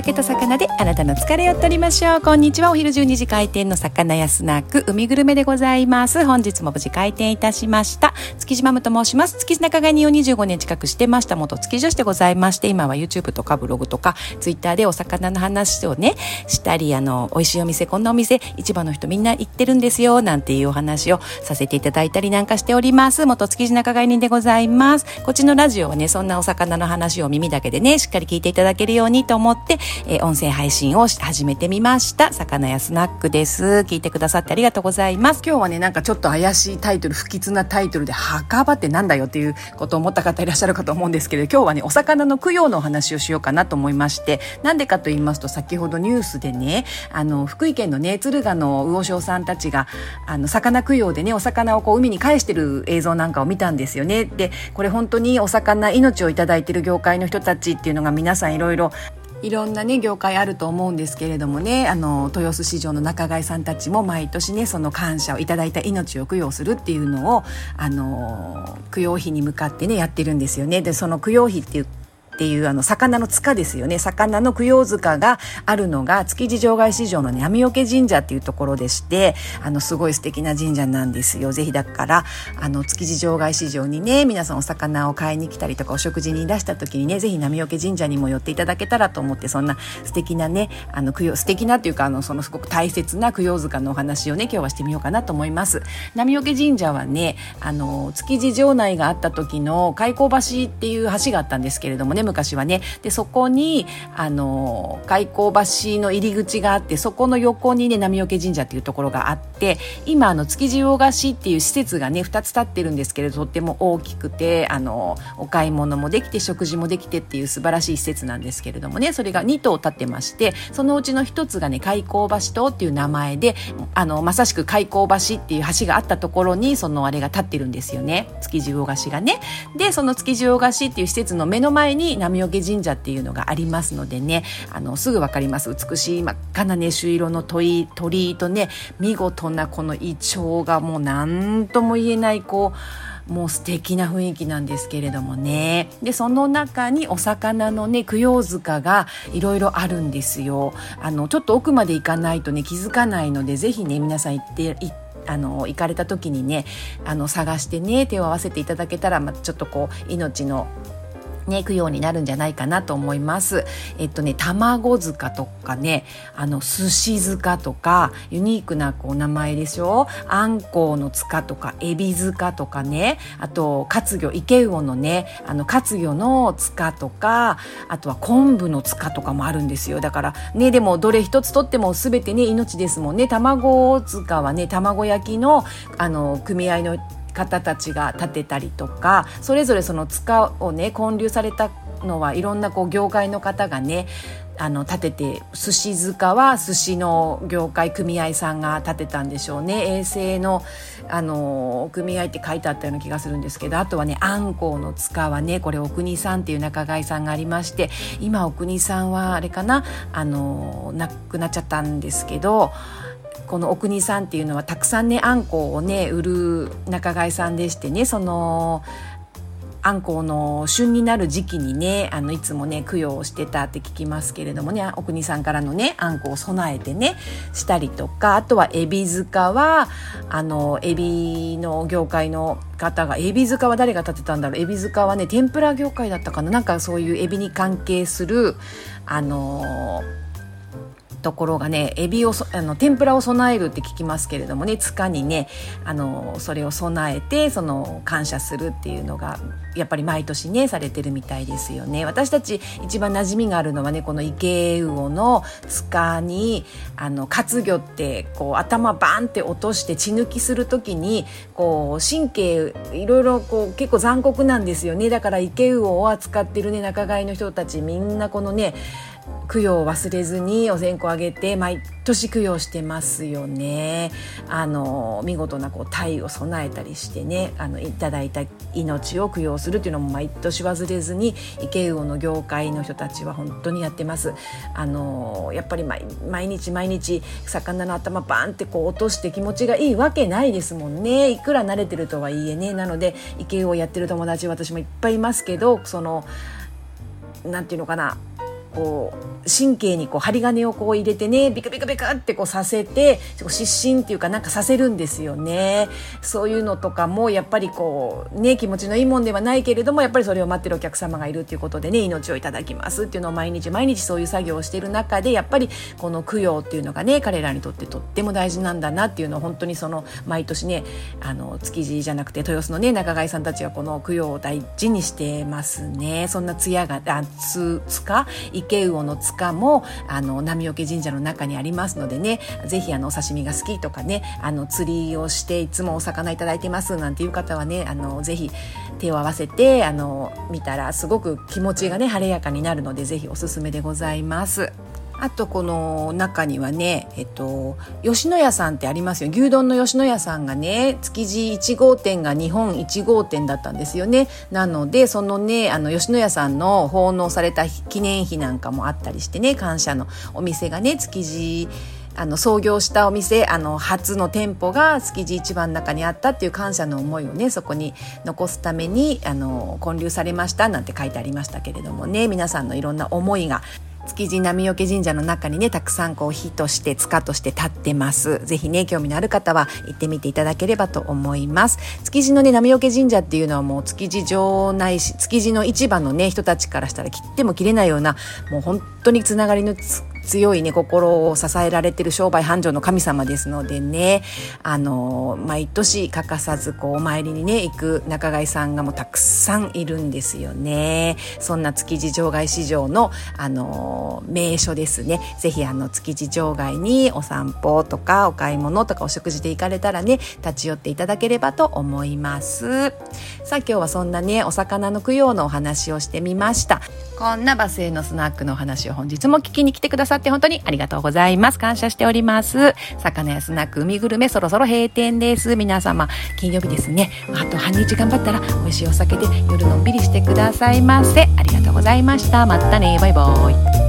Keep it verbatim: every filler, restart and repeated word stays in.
酒と魚であなたの疲れを取りましょう。こんにちは。お昼じゅうにじ開店の魚屋スナック海グルメでございます。本日も無事開店いたしました。築地マムと申します。築地仲買人をにじゅうごねん近くしてました元築地女子でございまして、今は YouTube とかブログとか Twitter でお魚の話をねしたり、あの美味しいお店、こんなお店市場の人みんな行ってるんですよなんていうお話をさせていただいたりなんかしております。元築地仲買人でございます。こっちのラジオはね、そんなお魚の話を耳だけでねしっかり聞いていただけるようにと思って、えー、音声配信を始めてみました。魚屋スナックです。聞いてくださってありがとうございます。今日はね、なんかちょっと怪しいタイトル、不吉なタイトルで墓場ってなんだよっていうことを思った方いらっしゃるかと思うんですけど、今日はねお魚の供養のお話をしようかなと思いまして、なんでかと言いますと、先ほどニュースでね、あの福井県のね敦賀の魚商さんたちがあの魚供養でねお魚をこう海に返してる映像なんかを見たんですよね。でこれ本当にお魚命をいただいている業界の人たちっていうのが皆さんいろいろいろんなね業界あると思うんですけれどもね、あの豊洲市場の仲買さんたちも毎年ねその感謝をいただいた命を供養するっていうのをあの供養碑に向かってねやってるんですよね。でその供養碑っていうっていうあの魚の塚ですよね。魚の供養塚があるのが築地場外市場のね網桶神社っていうところでして、あのすごい素敵な神社なんですよ。ぜひだからあの築地場外市場にね皆さんお魚を買いに来たりとかお食事にいらした時にね、ぜひ網桶神社にも寄っていただけたらと思って、そんな素敵なねあの供養素敵なっていうかあのそのすごく大切な供養塚のお話をね今日はしてみようかなと思います。網桶神社はねあの築地城内があった時の開口橋っていう橋があったんですけれどもね、昔はね。でそこにあの開口橋の入り口があって、そこの横にね波桶神社っていうところがあって、今あの築地魚河岸っていう施設がねふたつ建ってるんですけれど、とっても大きくてあのお買い物もできて食事もできてっていう素晴らしい施設なんですけれどもね、それがに棟建ってまして、そのうちのひとつがね開口橋棟っていう名前で、あのまさしく開口橋っていう橋があったところにそのあれが建ってるんですよね、築地魚河岸がね。でその築地魚河岸っていう施設の目の前に波桶神社っていうのがありますのでね、あのすぐ分かります。美しい真っ赤なね朱色の鳥鳥居とね見事なこのイチョウがもう何とも言えないこうもう素敵な雰囲気なんですけれどもね。でその中にお魚のね供養塚がいろいろあるんですよ。あのちょっと奥まで行かないとね気づかないので、ぜひね皆さん行って行ってあの行かれた時にねあの探してね手を合わせていただけたら、まあ、ちょっとこう命のね、供養になるんじゃないかなと思います。えっとね卵塚とかねあの寿司塚とかユニークなこう名前でしょ。あんこうの塚とかエビ塚とかね、あと活魚池魚のねあの活魚の塚とか、あとは昆布の塚とかもあるんですよ。だからねでもどれ一つとっても全てね命ですもんね。卵塚はね卵焼きのあの組合の方たちが建てたりとか、それぞれその塚をね建立されたのはいろんなこう業界の方がねあの建てて、寿司塚は寿司の業界組合さんが建てたんでしょうね。衛生のあの組合って書いてあったような気がするんですけど、あとはねあんこうの塚はねこれお国さんっていう仲買さんがありまして、今お国さんはあれかなあのなくなっちゃったんですけど、このお国さんっていうのはたくさんねあんこうをね売る仲買さんでしてね、そのあんこうの旬になる時期にねあのいつもね供養をしてたって聞きますけれどもね、お国さんからのねあんこを備えてねしたりとか、あとはエビ塚はあのエビの業界の方が、エビ塚は誰が建てたんだろう。エビ塚はね天ぷら業界だったかな、なんかそういうエビに関係するあのところがねエビをあの天ぷらを備えるって聞きますけれどもね、塚にねあのそれを備えてその感謝するっていうのがやっぱり毎年ねされてるみたいですよね。私たち一番馴染みがあるのはねこの池魚の塚にあの活魚ってこう頭バンって落として血抜きするときにこう神経いろいろこう結構残酷なんですよね。だから池魚を扱ってるね仲買の人たちみんなこのね供養を忘れずにお線香あげて毎年供養してますよね。あの見事なこう鯛を備えたりしてねあのいただいた命を供養するっていうのも毎年忘れずに池魚の業界の人たちは本当にやってます。あのやっぱり 毎, 毎日毎日魚の頭バンってこう落として気持ちがいいわけないですもんね。いくら慣れてるとはいえね。なので池魚をやってる友達私もいっぱいいますけど、そのなんていうのかなこう神経にこう針金をこう入れてね、ビクビクビクってこうさせて失神っていうかなんかさせるんですよね。そういうのとかもやっぱりこうね、気持ちのいいもんではないけれども、やっぱりそれを待ってるお客様がいるっていうことでね、命をいただきますっていうのを毎日毎日そういう作業をしている中で、やっぱりこの供養っていうのがね、彼らにとってとっても大事なんだなっていうのを本当にその毎年ね、あの築地じゃなくて豊洲のね仲買さんたちはこの供養を大事にしてますね。そんな艶があつ塚池魚の塚もあの波除神社の中にありますのでね、ぜひあのお刺身が好きとかね、あの釣りをしていつもお魚いただいてますなんていう方はね、あのぜひ手を合わせてあの見たらすごく気持ちがね晴れやかになるので、ぜひおすすめでございます。あとこの中にはね、えっと、吉野家さんってありますよ。牛丼の吉野家さんがね、築地いち号店が日本いち号店だったんですよね。なのでそのね、あの吉野家さんの奉納された記念碑なんかもあったりしてね、感謝のお店がね、築地あの創業したお店、あの初の店舗が築地市場の中にあったっていう感謝の思いをね、そこに残すためにあの建立されましたなんて書いてありましたけれどもね、皆さんのいろんな思いが築地波除神社の中にね、たくさんこう火として塚として立ってます。ぜひね、興味のある方は行ってみていただければと思います。築地のね波除神社っていうのはもう築地城内市、築地の市場のね人たちからしたら切っても切れないような、もう本当につながりのつ強いね心を支えられている商売繁盛の神様ですのでね、あの毎年欠かさずこうお参りにね行く仲買さんがもうたくさんいるんですよね。そんな築地場外市場のあの名所ですね。ぜひあの築地場外にお散歩とかお買い物とかお食事で行かれたらね、立ち寄っていただければと思います。さあ今日はそんなねお魚の供養のお話をしてみました。こんなバスへのスナックのお話を本日も聞きに来てくださって本当にありがとうございます。感謝しております。魚やスナック海グルメそろそろ閉店です。皆様金曜日ですね、あと半日頑張ったら美味しいお酒で夜のんびりしてくださいませ。ありがとうございました。またね、バイバイ。